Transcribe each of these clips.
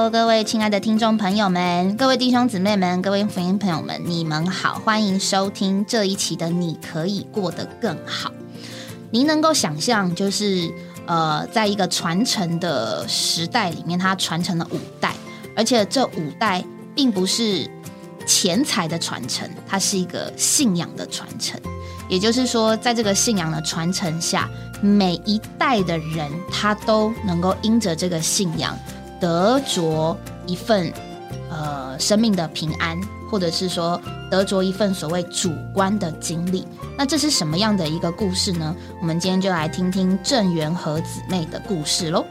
Hello， 各位亲爱的听众朋友们，各位弟兄姊妹们，各位福音朋友们，你们好，欢迎收听这一期的你可以过得更好。您能够想象，就是在一个传承的时代里面，它传承了5代，而且这5代并不是钱财的传承，它是一个信仰的传承。也就是说，在这个信仰的传承下，每一代的人他都能够因着这个信仰得着一份生命的平安，或者是说得着一份所谓主观的经历。那这是什么样的一个故事呢？我们今天就来听听郑元和姊妹的故事咯。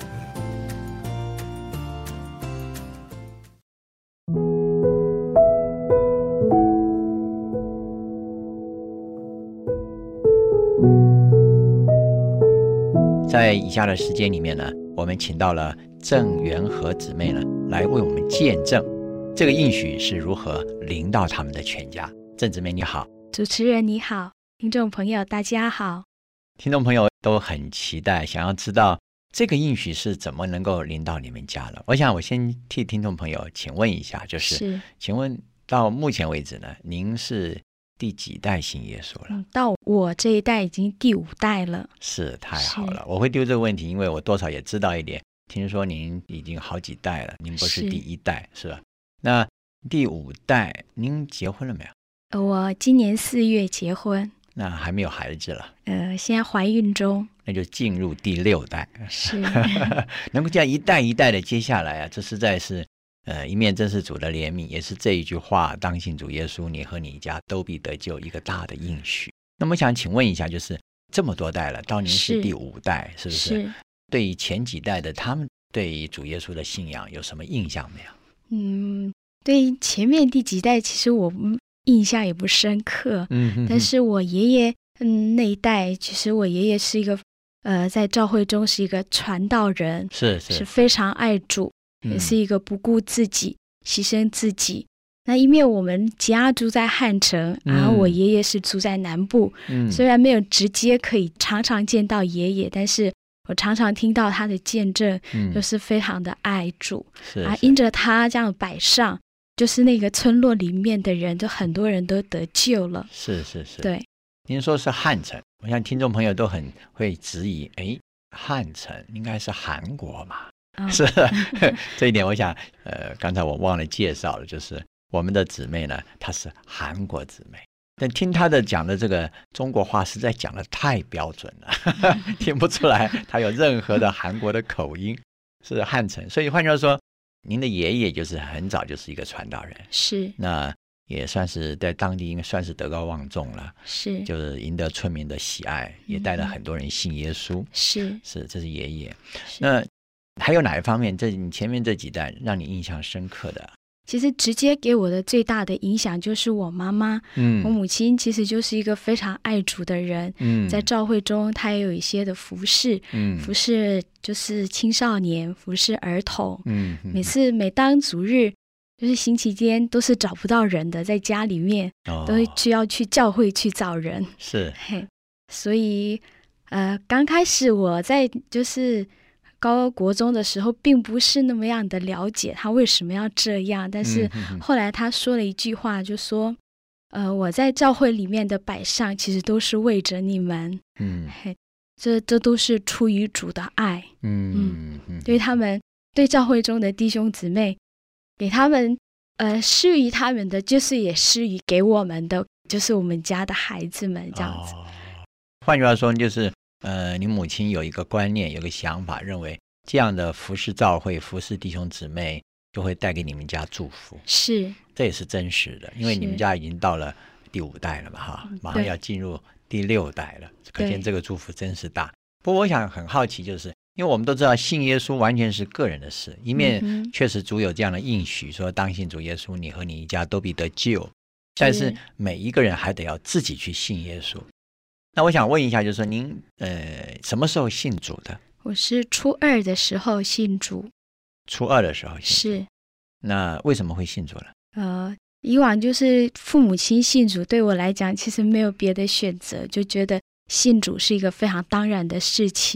在以下的时间里面呢，我们请到了郑元和姊妹呢，来为我们见证这个应许是如何临到他们的全家。郑姊妹你好。 主持人你好，听众朋友大家好。 听众朋友都很期待，想要知道这个应许是怎么能够临到你们家了。我想我先替听众朋友请问一下，就是请问到目前为止呢，您是第几代信耶稣了？ 到我这一代已经第5代了。 是，太好了。我会丢这个问题，因为我多少也知道一点，听说您已经好几代了，您不是第1代 是吧？那第5代您结婚了没有？ 我今年4月结婚。 那还没有孩子了？ 现在怀孕中。 那就进入第6代。 是能够这样一代一代的接下来啊，这实在是一面真是主的怜悯，也是这一句话当信主耶稣，你和你家都必得救，一个大的应许。那么我想请问一下，就是这么多代了，到您是第5代，是不是？ 是。对于前几代的他们对于主耶稣的信仰有什么印象没有？ 对于前面第几代其实我印象也不深刻。但是我爷爷那一代，其实我爷爷是一个在教会中是一个传道人，是非常爱主，也是一个不顾自己牺牲自己。那因为我们家住在汉城，然后我爷爷是住在南部，虽然没有直接可以常常见到爷爷，但是我常常听到他的见证，就是非常的爱主，因着他这样摆上，就是那个村落里面的人，就很多人都得救了。是。对。 您说是汉城，我想听众朋友都很会质疑，汉城应该是韩国嘛？是这一点我想刚才我忘了介绍了，就是我们的姊妹呢，她是韩国姊妹，但听她的讲的这个中国话实在讲的太标准了，听不出来她有任何的韩国的口音，是汉城。所以换句话说，您的爷爷就是很早就是一个传道人， 是，那也算是在当地应该算是德高望重了， 是， 就是赢得村民的喜爱，也带了很多人信耶稣， 是， 这是爷爷。那还有哪一方面，你前面这几代让你印象深刻的？ 其实直接给我的最大的影响就是我妈妈。我母亲其实就是一个非常爱主的人，在教会中她也有一些的服侍，服侍就是青少年，服侍儿童。每当主日就是星期天都是找不到人的，在家里面都需要去教会去找人。是，所以刚开始我在就是国中的时候并不是那么样的了解他为什么要这样，但是后来他说了一句话，就说我在教会里面的摆上其实都是为着你们，这都是出于主的爱。对他们，对教会中的弟兄姊妹，给他们施予他们的，就是也施予给我们的，就是我们家的孩子们这样子。 换句话说，就是你母亲有一个观念，有个想法，认为这样的服侍教会、服侍弟兄姊妹，就会带给你们家祝福。是，这也是真实的，因为你们家已经到了第5代了嘛，马上要进入第6代了，可见这个祝福真是大。不过我想很好奇，就是因为我们都知道信耶稣完全是个人的事，一面确实主有这样的应许，说当信主耶稣，你和你一家都必得救，但是每一个人还得要自己去信耶稣。那我想问一下，就是说您什么时候信主的？ 我是初2的时候信主。 初2的时候信主。 是。 那为什么会信主呢？ 以往就是父母亲信主，对我来讲其实没有别的选择，就觉得信主是一个非常当然的事情。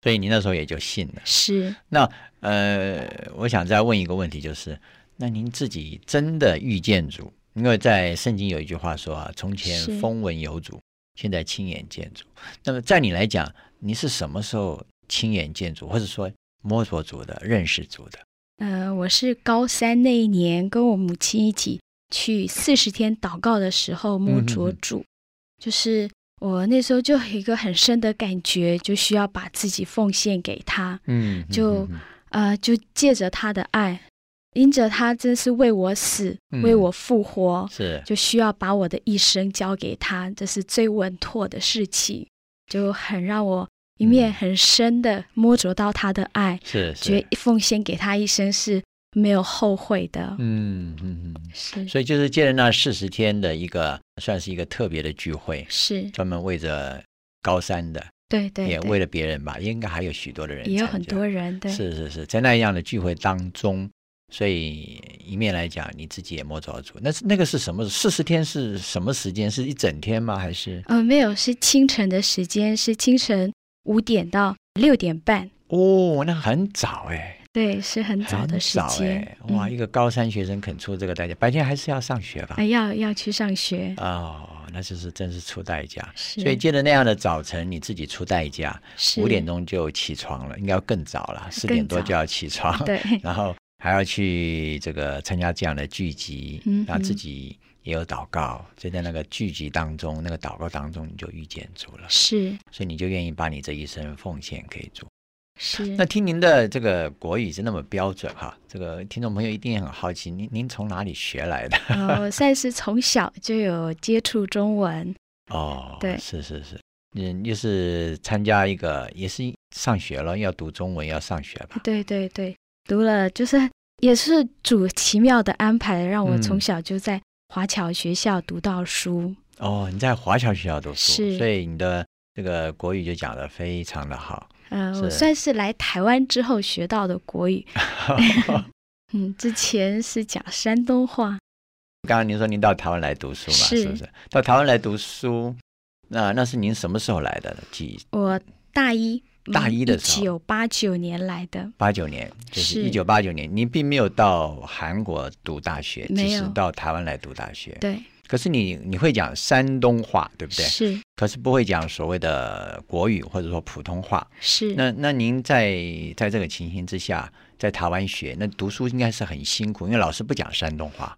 所以你那时候也就信了。 是。 那我想再问一个问题，就是那您自己真的遇见主？因为在圣经有一句话说啊，从前风闻有主，现在亲眼见主。那么在你来讲，你是什么时候亲眼见主，或者说摸索主的、认识主的？ 我是高3那一年跟我母亲一起去40天祷告的时候摸着主，就是我那时候就有一个很深的感觉，就需要把自己奉献给他。就借着他的爱，因着他真是为我死，为我复活， 是就需要把我的一生交给他，这是最稳妥的事情，就很让我一面很深的摸着到他的爱，觉得奉献给他一生是没有后悔的。是。 所以就是借着那40天的一个，算是一个特别的聚会， 是专门为着高3的， 对， 也为了别人吧，应该还有许多的人， 也有很多人，对， 是在那样的聚会当中，所以一面来讲你自己也摸着主。那个是什么？40天是什么时间？是一整天吗？还是没有，是清晨的时间，是清晨5点到6点半。 哦，那很早哎。 对，是很早的时间。 哇，一个高3学生肯出这个代价，白天还是要上学吧？ 要去上学。 那就是真是出代价。所以借着那样的早晨，你自己出代价，5点钟就起床了，应该要更早了，4点多就要起床。 对， 然后还要去这个参加这样的聚集，然后自己也有祷告，所以在那个聚集当中，那个祷告当中，你就遇见主了。 是， 所以你就愿意把你这一生奉献给主。 是。 那听您的这个国语是那么标准哈，这个听众朋友一定也很好奇，您从哪里学来的？ 我算是从小就有接触中文。对， 是。就是参加一个，也是上学了，要读中文，要上学吧？ 对，读了，就是也是主奇妙的安排，让我从小就在华侨学校读到书。 你在华侨学校读书， 是， 所以你的这个国语就讲得非常的好。 我算是来台湾之后学到的国语。之前是讲山东话。 刚刚您说您到台湾来读书嘛，是不是？到台湾来读书，那是您什么时候来的？ 我大一的时候 ，1989年来的。 89年，就是1989年，您并没有到韩国读大学，只是到台湾来读大学。 对。 可是你会讲山东话，对不对？ 是。 可是不会讲所谓的国语或者说普通话。 是。 那您在这个情形之下，在台湾学，那读书应该是很辛苦，因为老师不讲山东话。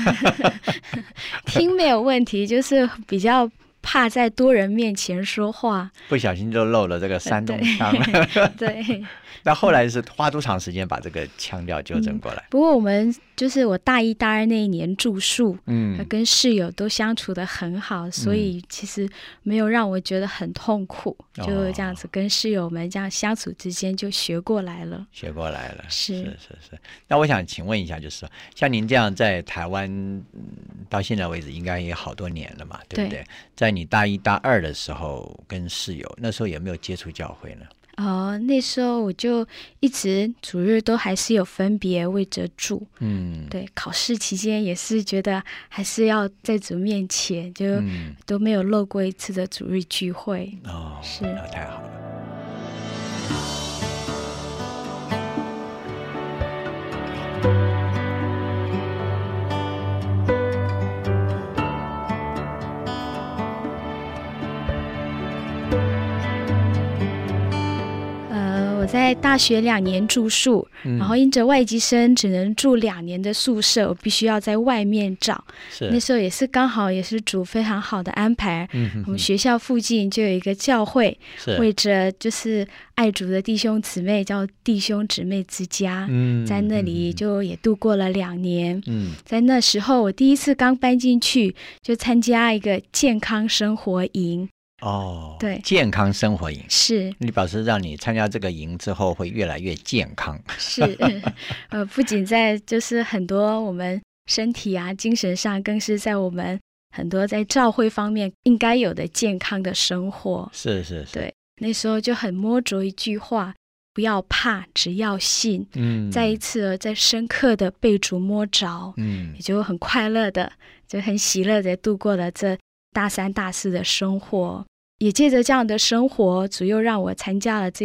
听没有问题，就是比较怕在多人面前说话， 不小心就漏了这个山东腔了。 对。 那后来是花多长时间把这个腔调纠正过来？ 不过我们就是我大1、大2那一年住宿，跟室友都相处得很好，所以其实没有让我觉得很痛苦，就这样子跟室友们这样相处之间就学过来了。是。 那我想请问一下，就是说像您这样在台湾到现在为止应该也好多年了嘛，对不对？在你大1、大2的时候跟室友，那时候有没有接触教会呢？ 那时候我就一直主日都还是有分别为着主。对，考试期间也是觉得还是要在主面前，就都没有漏过一次的主日聚会。是， 那太好了。 我在大学2年住宿，然后因着外籍生只能住2年的宿舍，我必须要在外面找。那时候也是刚好也是主非常好的安排。我们学校附近就有一个教会，为着就是爱主的弟兄姊妹叫弟兄姊妹之家，在那里就也度过了2年。在那时候我第一次刚搬进去，就参加一个健康生活营。对， 健康生活营是你表示让你参加这个营之后会越来越健康。 是。不仅在就是很多我们身体啊精神上，更是在我们很多在教会方面应该有的健康的生活。 是。 对，那时候就很摸着一句话，不要怕，只要信。再一次在深刻的被主摸着，也就很快乐的，就很喜乐的度过了这大3、大4的生活。也借着这样的生活，主又让我参加了这个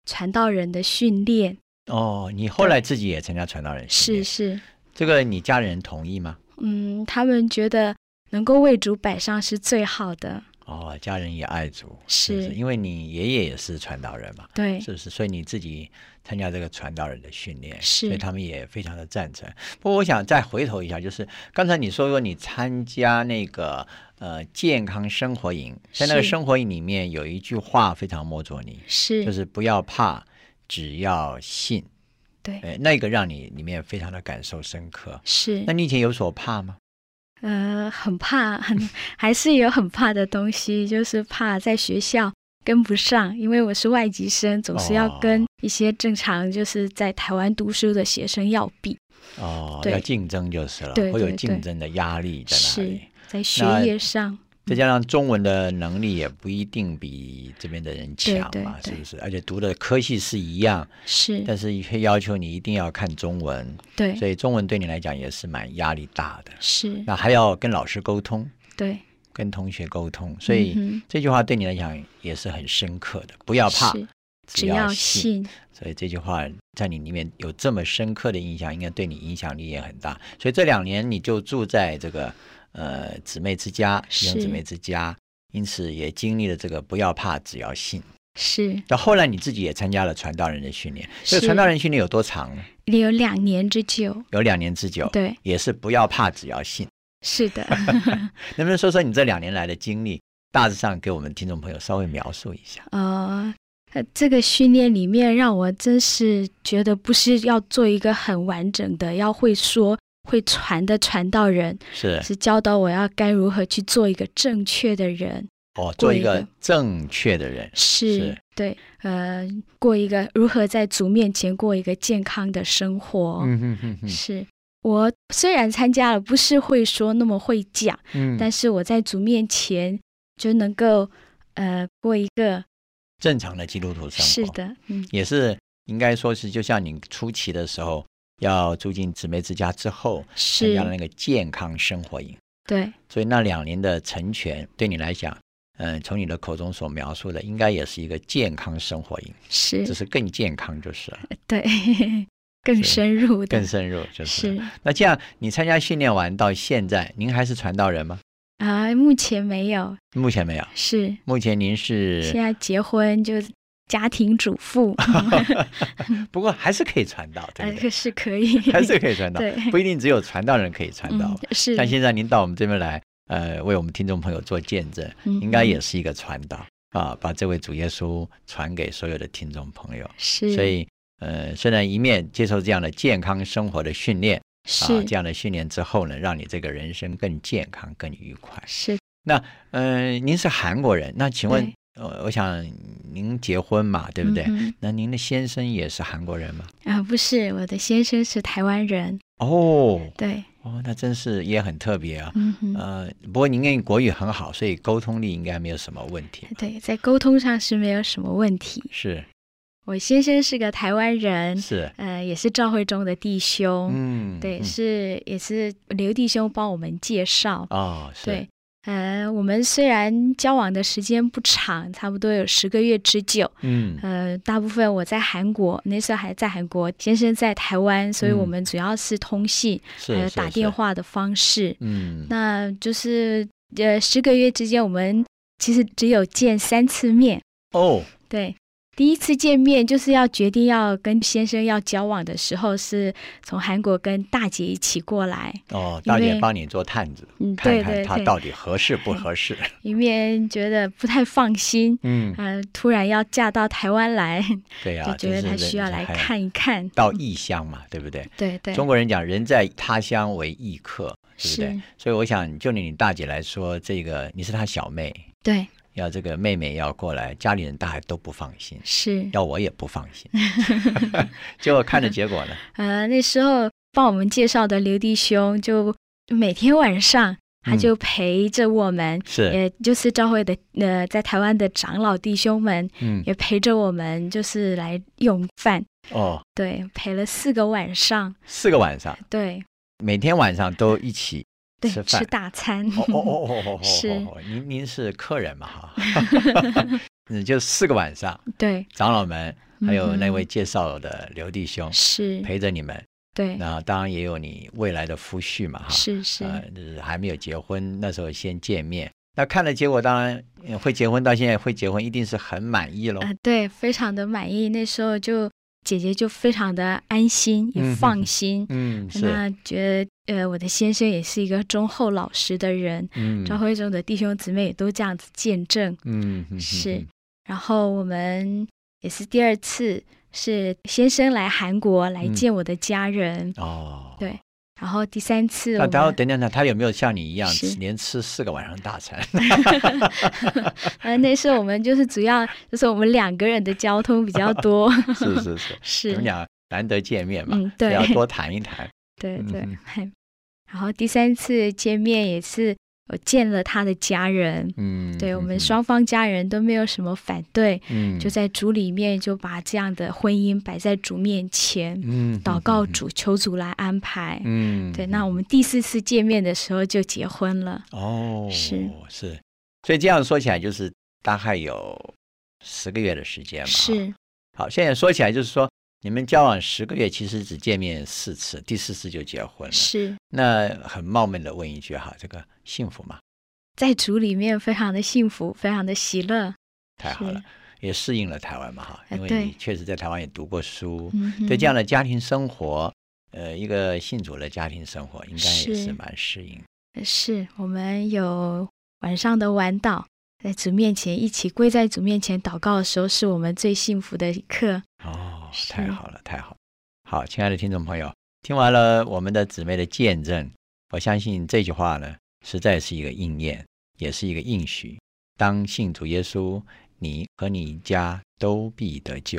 传道人的训练。 哦，你后来自己也参加传道人训练？ 是。 这个你家人同意吗？ 他们觉得能够为主摆上是最好的。 哦，家人也爱主， 是因为你爷爷也是传道人嘛， 对， 是不是？所以你自己参加这个传道人的训练， 是， 所以他们也非常的赞成。不过我想再回头一下，就是刚才你说你参加那个健康生活营，在那个生活营里面有一句话非常摸着你， 是， 就是不要怕，只要信。 对， 那个让你里面非常的感受深刻。 是， 那你以前有所怕吗？ 很怕，还是有很怕的东西，就是怕在学校跟不上，因为我是外籍生，总是要跟一些正常就是在台湾读书的学生要比。 要竞争就是了，会有竞争的压力在那里， 在学业上。 再加上中文的能力也不一定比这边的人强嘛，是不是？而且读的科系是一样， 是， 但是会要求你一定要看中文， 对， 所以中文对你来讲也是蛮压力大的。 是， 那还要跟老师沟通， 对， 跟同学沟通，所以这句话对你来讲也是很深刻的，不要怕， 只要信。 所以这句话在你里面有这么深刻的印象，应该对你影响力也很大。所以这2年你就住在这个姊妹之家，弟兄姊妹之家，因此也经历了这个不要怕，只要信。 是。 到后来你自己也参加了传道人的训练，这个传道人训练有多长呢？ 有2年之久。 有2年之久， 对， 也是不要怕，只要信。 是的。 能不能说说你这2年来的经历，大致上给我们听众朋友稍微描述一下？ 这个训练里面让我真是觉得不是要做一个很完整的要会说会传的传道人，是教导我要该如何去做一个正确的人。 做一个正确的人， 是对，过一个如何在主面前过一个健康的生活。是我虽然参加了不是会说那么会讲，但是我在主面前就能够过一个正常的基督徒生活。 是的， 也是应该说是就像你初期的时候要住进姊妹之家之后参加了那个健康生活营。 对， 所以那2年的成全对你来讲，从你的口中所描述的应该也是一个健康生活营， 是， 只是更健康就是了。 对，更深入的， 更深入就是了。那这样你参加训练完到现在，您还是传道人吗？ 目前没有。 目前没有。 是。目前您是现在结婚就家庭主妇。 不过还是可以传道，对不对？ 是可以， 还是可以传道， 对， 不一定只有传道人可以传道。 是。 像现在您到我们这边来，为我们听众朋友做见证，应该也是一个传道把这位主耶稣传给所有的听众朋友。 是。 所以虽然一面接受这样的健康生活的训练，这样的训练之后呢，让你这个人生更健康更愉快。 是。 那您是韩国人，那请问我想您结婚嘛，对不对？那您的先生也是韩国人吗？ 不是，我的先生是台湾人。对。 那真是也很特别啊。不过您因为国语很好，所以沟通力应该没有什么问题。 对，在沟通上是没有什么问题。 是。 我先生是个台湾人， 是， 也是教会中的弟兄，对，也是刘弟兄帮我们介绍。 是。 对，我们虽然交往的时间不长，差不多有10个月之久，大部分我在韩国，那时候还在韩国，先生在台湾，所以我们主要是通信，还有打电话的方式。那就是10个月之间，我们其实只有见3次面。对。第一次见面就是要决定要跟先生要交往的时候，是从韩国跟大姐一起过来。 大姐帮你做探子，看看他到底合适不合适。 一面觉得不太放心，突然要嫁到台湾来， 对啊， 就觉得他需要来看一看。 到异乡嘛，对不对？ 对。中国人讲人在他乡为异客，对不对？所以我想就你大姐来说，这个你是她小妹， 对。 要这个妹妹要过来，家里人大概都不放心， 是， 要我也不放心。结果看着结果呢？ 那时候帮我们介绍的刘弟兄，就每天晚上他就陪着我们，也就是教会的在台湾的长老弟兄们，也陪着我们，就是来用饭。对，陪了4个晚上。4 个晚上？ 对， 每天晚上都一起。吃饭， 吃大餐。是。 您是客人嘛？哈。就4个晚上。 对。 长老们还有那位介绍的刘弟兄是陪着你们。 对， 那当然也有你未来的夫婿嘛， 是就是还没有结婚，那时候先见面。那看了结果，当然会结婚，到现在会结婚，一定是很满意咯。 对，非常的满意。那时候姐姐就非常的安心，也放心。那觉得我的先生也是一个忠厚老实的人。教会中的弟兄姊妹也都这样子见证。是。然后我们也是第二次。是先生来韩国来见我的家人。对，然后第三次等，他有没有像你一样连吃4个晚上大餐？ 那时候我们就是主要就是我们2个人的交通比较多。 是，你们俩难得见面嘛， 对， 要多谈一谈。 对。然后第3次见面也是我见了他的家人。对，我们双方家人都没有什么反对。就在主里面就把这样的婚姻摆在主面前。祷告主，求主来安排。对，那我们第4次见面的时候就结婚了。是， 所以这样说起来就是大概有10个月的时间嘛。 是。 好，现在说起来就是说你们交往10个月，其实只见面4次，第4次就结婚了。 是。 那很冒昧的问一句哈，这个幸福吗？ 在主里面非常的幸福，非常的喜乐。 太好了，也适应了台湾嘛哈，因为你确实在台湾也读过书，对这样的家庭生活，一个信主的家庭生活，应该也是蛮适应。 是，我们有晚上的晚祷，在主面前一起跪在主面前祷告的时候，是我们最幸福的一刻。 太好了，太好了。好，亲爱的听众朋友，听完了我们的姊妹的见证，我相信这句话呢，实在是一个应验，也是一个应许。当信主耶稣，你和你家都必得救。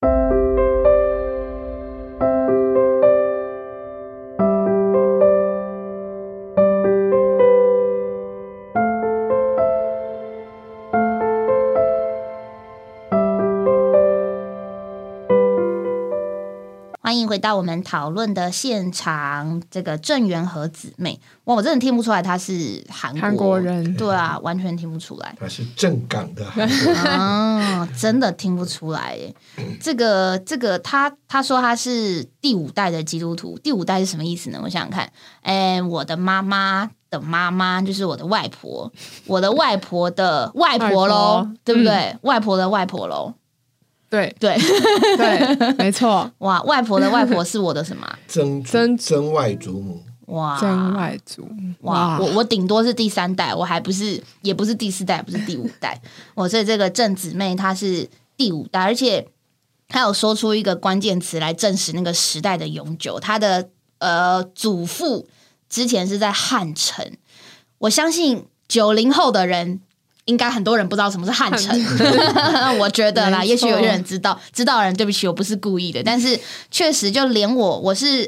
欢迎回到我们讨论的现场，这个郑元和姊妹，哇，我真的听不出来她是韩国人，对啊，完全听不出来， 她是正港的韩国人。 真的听不出来耶。这个他说他是第5代的基督徒，第5代是什么意思呢？我想想看，我的妈妈的妈妈就是我的外婆，我的外婆的外婆咯，对不对？外婆的外婆咯。 对，没错。 哇，外婆的外婆是我的什么？ 曾外祖母。 哇， 曾外祖。 哇，我顶多是第3代，我还不是，也不是第4代，也不是第5代。所以这个郑姊妹她是第5代，而且她有说出一个关键词来证实那个时代的永久。她的祖父之前是在汉城，我相信90后的人。应该很多人不知道什么是汉城，我觉得啦，也许有些人知道的人，对不起，我不是故意的，但是确实就连我是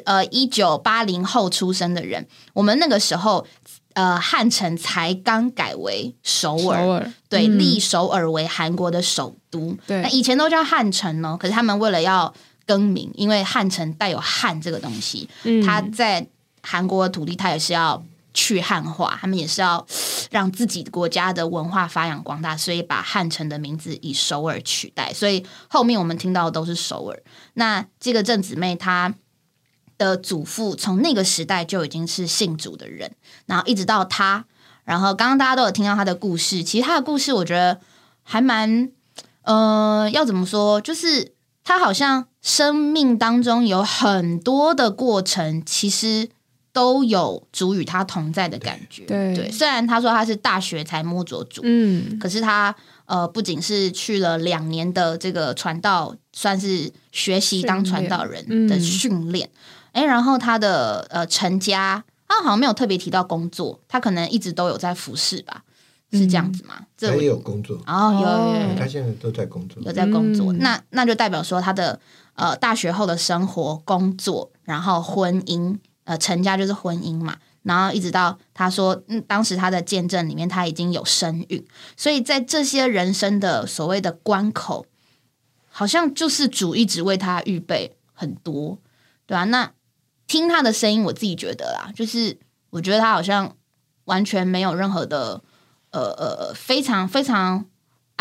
1980后出生的人，我们那个时候汉城才刚改为首尔，对，立首尔为韩国的首都，那以前都叫汉城哦，可是他们为了要更名，因为汉城带有汉这个东西，它在韩国的土地它也是要去汉化，他们也是要让自己国家的文化发扬光大，所以把汉城的名字以首尔取代，所以后面我们听到的都是首尔。那这个郑姊妹她的祖父从那个时代就已经是信主的人，然后一直到她，然后刚刚大家都有听到她的故事，其实她的故事我觉得还蛮要怎么说，就是她好像生命当中有很多的过程其实都有主与他同在的感觉。对，虽然他说他是大学才摸着主，可是他不仅是去了2年的这个传道，算是学习当传道人的训练。然后他的成家，他好像没有特别提到工作，他可能一直都有在服侍吧，是这样子吗？ 他也有工作有， 他现在都在工作， 有在工作。那就代表说他的大学后的生活、工作，然后婚姻。成家就是婚姻嘛，然后一直到他说当时他的见证里面他已经有身孕，所以在这些人生的所谓的关口，好像就是主一直为他预备很多，对啊，那听他的声音我自己觉得啦，就是我觉得他好像完全没有任何的非常非常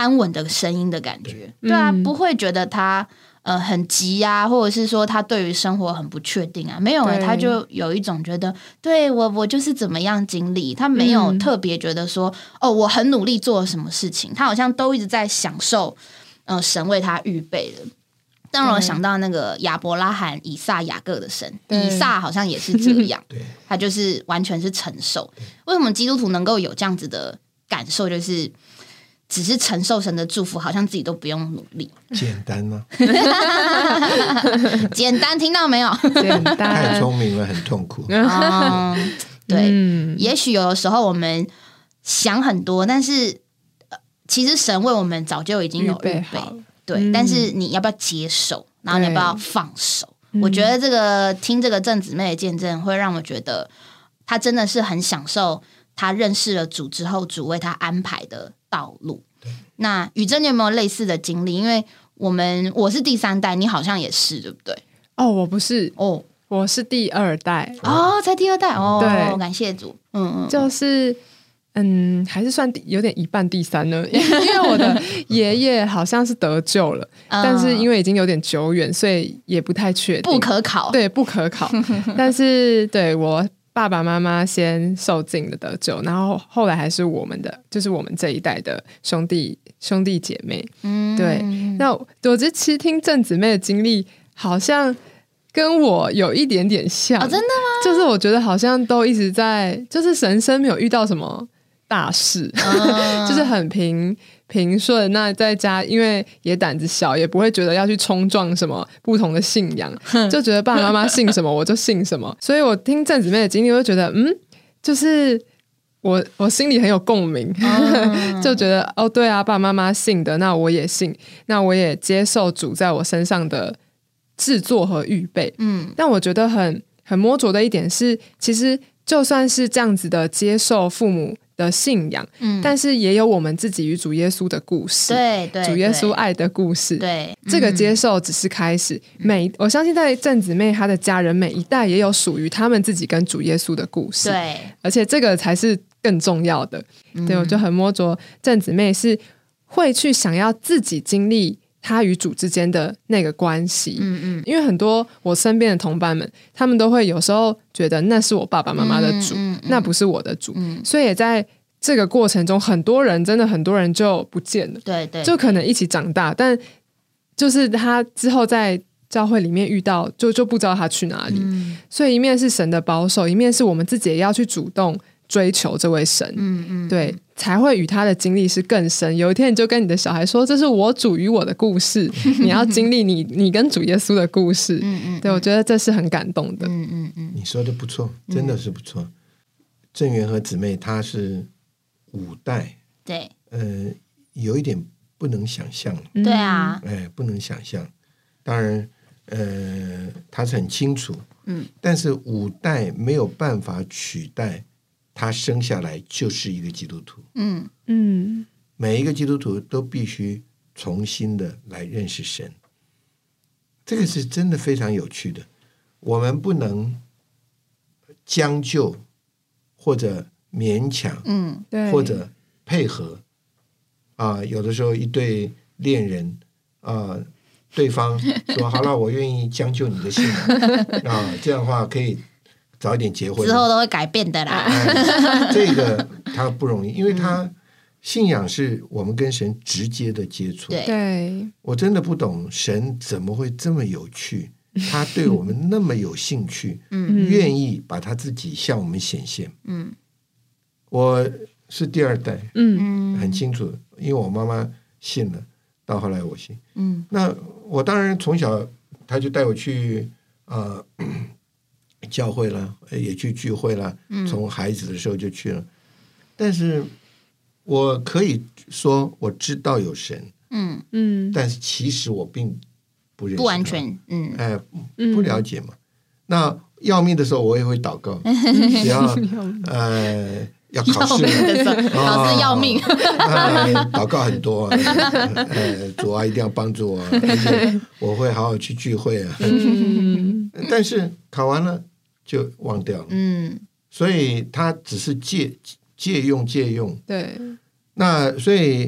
安稳的声音的感觉。对啊，不会觉得他很急啊，或者是说他对于生活很不确定啊，没有他就有一种觉得对我就是怎么样经历，他没有特别觉得说我很努力做了什么事情，他好像都一直在享受神为他预备的。让我想到那个亚伯拉罕、以撒、雅各的神，以撒好像也是这样，他就是完全是承受。为什么基督徒能够有这样子的感受，就是只是承受神的祝福，好像自己都不用努力？ 简单吗？ 简单，听到没有？ 简单， 太聪明了，很痛苦。 对，也许有的时候我们想很多，但是其实神为我们早就已经有预备好。对，但是你要不要接受，然后你要不要放手？我觉得听这个郑姊妹的见证，会让我觉得她真的是很享受她认识了主之后，主为她安排的道路。那宇珍，你有没有类似的经历？因为我是第3代，你好像也是，对不对？ 我不是我是第2代才第2代对， 感谢主。 就是还是算有点一半第三呢，因为我的爷爷好像是得救了，但是因为已经有点久远，所以也不太确定， 不可考。对， 不可考。但是对我爸爸妈妈先受尽了得救，然后后来还是就是我们这一代的兄弟姐妹。对。那我其实听郑姊妹的经历，好像跟我有一点点像。 真的吗？ 就是我觉得好像都一直在，就是人生没有遇到什么大事，就是很平顺。那在家因为也胆子小，也不会觉得要去冲撞什么不同的信仰，就觉得爸爸妈妈信什么我就信什么。所以我听郑姊妹的经历，我就觉得就是我心里很有共鸣，就觉得对啊，爸爸妈妈信的，那我也信，那我也接受主在我身上的制作和预备。但我觉得很摸着的一点是，其实就算是这样子的接受父母的信仰，但是也有我们自己与主耶稣的故事， 对， 主耶稣爱的故事。 对， 这个接受只是开始。我相信在郑姊妹她的家人每一代也有属于他们自己跟主耶稣的故事， 对， 而且这个才是更重要的。对，我就很摸着郑姊妹是会去想要自己经历他与主之间的那个关系。因为很多我身边的同伴们，他们都会有时候觉得那是我爸爸妈妈的主，那不是我的主。所以也在这个过程中，很多人就不见了。对，就可能一起长大，但就是他之后在教会里面遇到，就不知道他去哪里。所以一面是神的保守，一面是我们自己也要去主动追求这位神。对，才会与他的经历是更深。有一天你就跟你的小孩说，这是我主与我的故事，你要经历你跟主耶稣的故事。对，我觉得这是很感动的。 你说的不错，真的是不错。郑元和姊妹她是5代， 对， 有一点不能想象。 对啊， 不能想象。当然她是很清楚，但是5代没有办法取代他生下来就是一个基督徒。每一个基督徒都必须重新的来认识神，这个是真的非常有趣的。我们不能将就或者勉强，或者配合。有的时候一对恋人对方说好了，我愿意将就你的信仰这样的话可以早一点结婚， 之后都会改变的啦。 这个他不容易，因为他信仰是我们跟神直接的接触。 对， 我真的不懂神怎么会这么有趣，他对我们那么有兴趣，愿意把他自己向我们显现。我是第2代，很清楚，因为我妈妈信了，到后来我信。那我当然从小他就带我去教会了，也去聚会了，从孩子的时候就去了。但是我可以说我知道有神，但是其实我并不认识他， 不完全， 不了解嘛。那要命的时候我也会祷告，只要要考试的时候，老师要命， 祷告很多主啊一定要帮助我，而且我会好好去聚会啊。但是考完了就忘掉了，所以他只是借用。 对， 那所以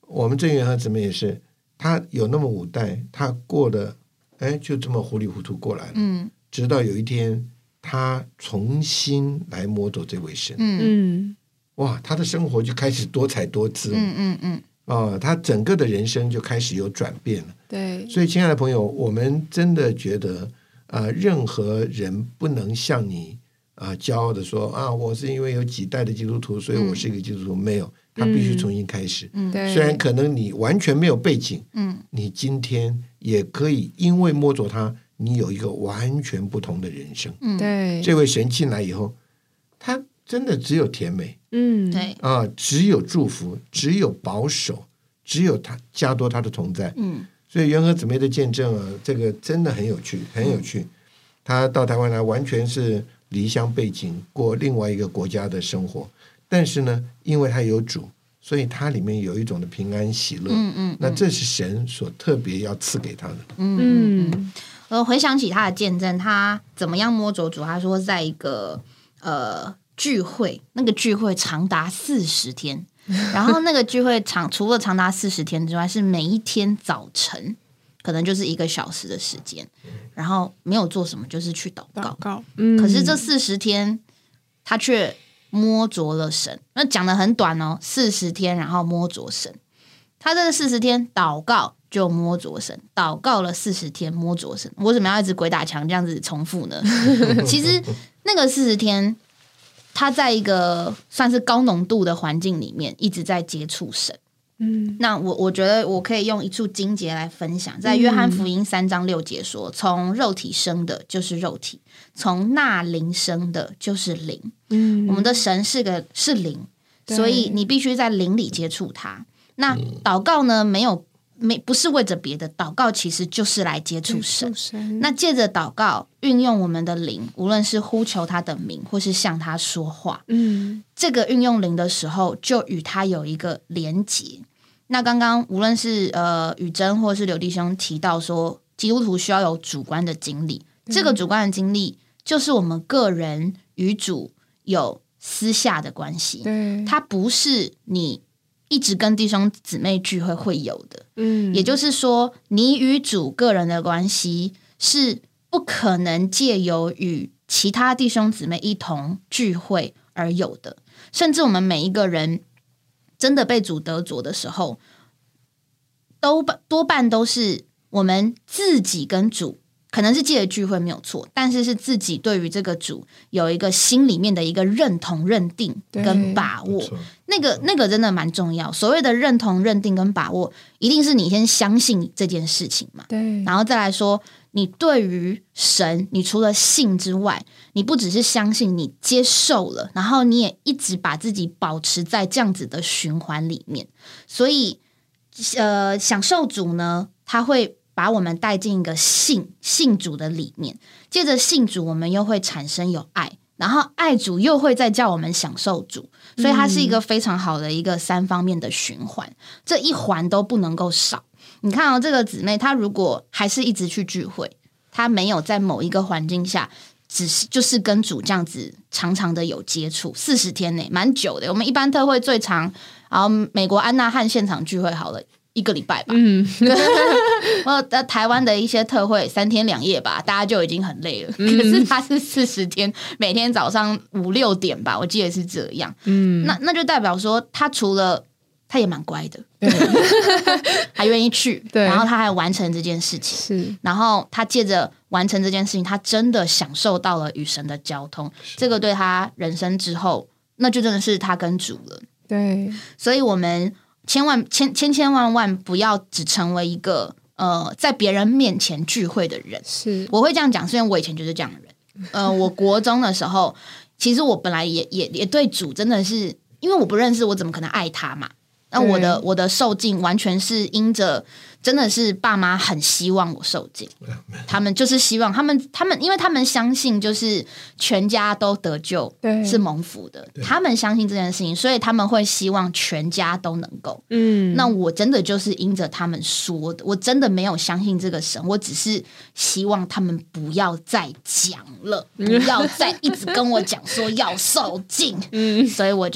我们郑元和姊妹也是，她有那么5代，她过了就这么糊里糊涂过来了，直到有一天她重新来摸着这位神，哇，她的生活就开始多彩多姿，她整个的人生就开始有转变了。 对， 所以亲爱的朋友，我们真的觉得任何人不能像你骄傲的说我是因为有几代的基督徒，所以我是一个基督徒，没有，他必须重新开始。虽然可能你完全没有背景，你今天也可以因为摸着他，你有一个完全不同的人生。 对， 这位神进来以后，他真的只有甜美， 对只有祝福，只有保守，只有他加多他的同在。所以元和姊妹的见证这个真的很有趣，很有趣。他到台湾来完全是离乡背景，过另外一个国家的生活，但是呢，因为他有主，所以他里面有一种的平安喜乐。那这是神所特别要赐给他的。 我回想起他的见证，他怎么样摸着主？他说在一个聚会，那个聚会长达40天，然后那个聚会除了长达40天之外，是每一天早晨可能就是1个小时的时间，然后没有做什么，就是去祷告。可是这40天，他却摸着了神。那讲得很短哦，40天，然后摸着神。他这40天祷告就摸着神，祷告了40天摸着神。为什么要一直鬼打墙这样子重复呢？其实那个40天，他在一个算是高浓度的环境里面，一直在接触神。那我觉得我可以用一处经节来分享，在约翰福音3章6节说，从肉体生的就是肉体，从那灵生的就是灵。我们的神是灵，所以你必须在灵里接触他。那祷告呢，不是为着别的，祷告其实就是来接触神。那借着祷告运用我们的灵，无论是呼求他的名或是向他说话，这个运用灵的时候就与他有一个连结。那刚刚无论是宇珍或是刘弟兄提到说，基督徒需要有主观的经历，这个主观的经历就是我们个人与主有私下的关系，它不是你一直跟弟兄姊妹聚会有的。也就是说，你与主个人的关系是不可能借由与其他弟兄姊妹一同聚会而有的。甚至我们每一个人真的被主得着的时候，多半都是我们自己跟主，可能是借着聚会没有错，但是自己对于这个主有一个心里面的一个认同、认定跟把握，那个真的蛮重要。所谓的认同、认定跟把握，一定是你先相信这件事情嘛，然后再来说，你对于神，你除了信之外，你不只是相信，你接受了，然後你也一直把自己保持在这样子的循环里面。所以享受主呢，他会把我们带进一个信主的里面，借着信主我们又会产生有爱，然后爱主又会再叫我们享受主，所以它是一个非常好的一个3方面的循环，这一环都不能够少。你看这个姊妹她如果还是一直去聚会，她没有在某一个环境下就是跟主这样子长长的有接触，40天呢，蛮久的。我们一般特会最长，然后美国安纳汉现场聚会好了1个礼拜吧，台湾的一些特会3天2夜吧，大家就已经很累了。可是他是40天，每天早上5、6点吧，我记得是这样。那就代表说，他除了他也蛮乖的，还愿意去，然后他还完成这件事情，然后他借着完成这件事情，他真的享受到了与神的交通，这个对他人生之后，那就真的是他跟主了。 对， 所以我们千万不要只成为一个在别人面前聚会的人。 是， 我会这样讲，是因为我以前就是这样的人。我国中的时候，其实我本来也对主真的是，因为我不认识，我怎么可能爱他嘛？那我的受尽完全是因着真的是爸妈很希望我受尽，他们就是希望他们，因为他们相信就是全家都得救是蒙福的，他们相信这件事情，所以他们会希望全家都能够。那我真的就是因着他们说的，我真的没有相信这个神，我只是希望他们不要再讲了，不要再一直跟我讲说要受尽，所以我就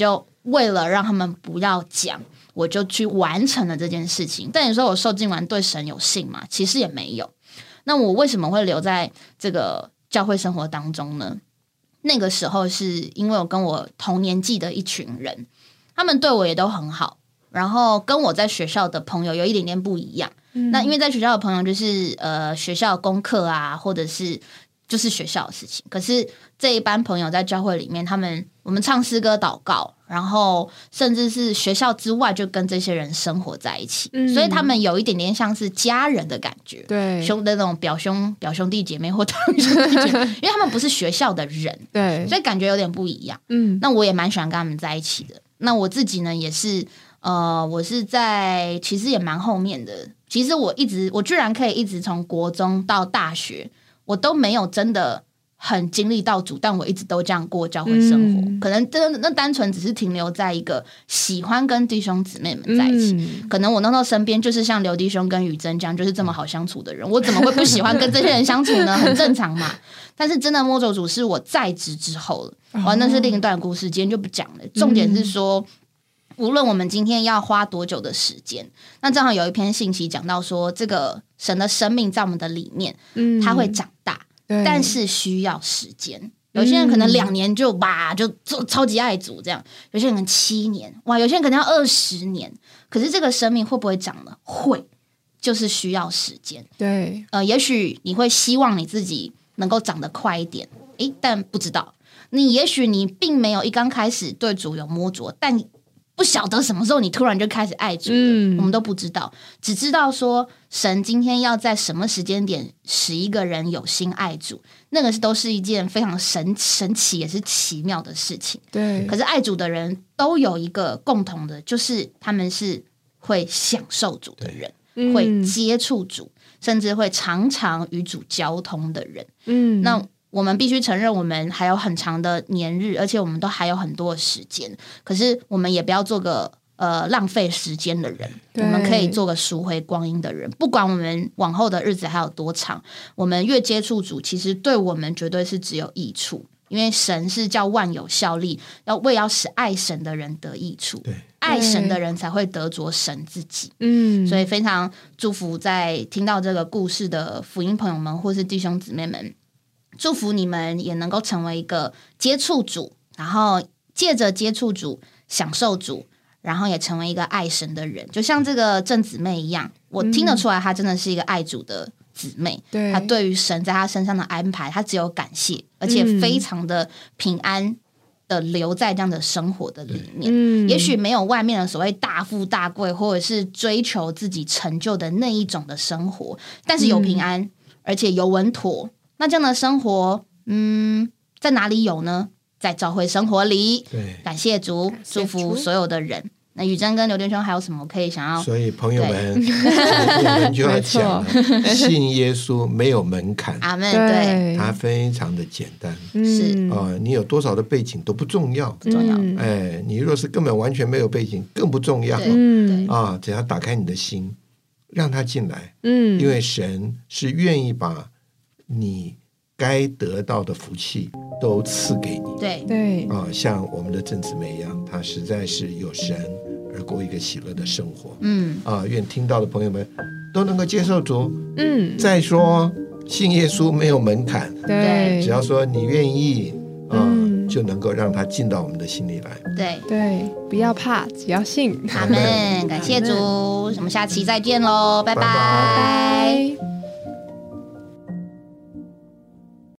为了让他们不要讲，我就去完成了这件事情。但你说我受浸完对神有信吗？其实也没有。那我为什么会留在这个教会生活当中呢？那个时候是因为我跟我同年纪的一群人，他们对我也都很好，然后跟我在学校的朋友有一点点不一样。那因为在学校的朋友就是学校的功课啊，或者是就是学校的事情。可是这一班朋友在教会里面，我们唱诗歌祷告，然后甚至是学校之外就跟这些人生活在一起，所以他们有一点点像是家人的感觉， 对， 兄的那种表兄弟姐妹或堂兄弟姐妹，因为他们不是学校的人， 对， 所以感觉有点不一样。那我也蛮喜欢跟他们在一起的。那我自己呢，也是我是在其实也蛮后面的。其实我居然可以一直从国中到大学，我都没有真的很经历到主，但我一直都这样过教会生活。可能那单纯只是停留在一个喜欢跟弟兄姊妹们在一起。可能我那时候身边就是像刘弟兄跟宇珍这样，就是这么好相处的人，我怎么会不喜欢跟这些人相处呢？很正常嘛。但是真的摸着主是我在职之后了，那是另一段故事，今天就不讲了。重点是说，无论我们今天要花多久的时间，那正好有一篇信息讲到说，这个神的生命在我们的里面，它会长大，但是需要时间。有些人可能2年就超级爱主这样，有些人可能7年，有些人可能要20年。可是这个生命会不会长呢？会，就是需要时间。 对， 也许你会希望你自己能够长得快一点，但不知道。也许你并没有一刚开始对主有摸着，但不晓得什么时候你突然就开始爱主了，我们都不知道，只知道说神今天要在什么时间点使一个人有心爱主，那个都是一件非常神奇也是奇妙的事情。 对， 可是爱主的人都有一个共同的，就是他们是会享受主的人，会接触主，甚至会常常与主交通的人。那我们必须承认，我们还有很长的年日，而且我们都还有很多的时间。可是我们也不要做个浪费时间的人，我们可以做个赎回光阴的人。不管我们往后的日子还有多长，我们越接触主，其实对我们绝对是只有益处。因为神是叫万有效力，要使爱神的人得益处，爱神的人才会得着神自己。所以非常祝福在听到这个故事的福音朋友们或是弟兄姊妹们，祝福你们也能够成为一个接触主，然后借着接触主享受主，然后也成为一个爱神的人。就像这个郑姊妹一样，我听得出来她真的是一个爱主的姊妹，她对于神在她身上的安排，她只有感谢，而且非常的平安的留在这样的生活的里面。也许没有外面的所谓大富大贵，或者是追求自己成就的那一种的生活，但是有平安，而且有稳妥。那这样的生活，在哪里有呢？在教会生活里。感谢主，祝福所有的人。那宇珍跟刘弟兄还有什么可以想要？ 所以朋友们，我们就要讲了，信耶稣没有门槛。 阿们。对， 它非常的简单。 是你有多少的背景都不重要， 不重要。 你若是根本完全没有背景，更不重要。只要打开你的心，让他进来。因为神是愿意把你该得到的福气都赐给你。 对像我们的郑姊妹一样，她实在是有神而过一个喜乐的生活。愿听到的朋友们都能够接受主。再说信耶稣没有门槛， 对， 只要说你愿意，就能够让他进到我们的心里来。 对，不要怕，只要信。 阿们，感谢主，我们下期再见喽，拜拜。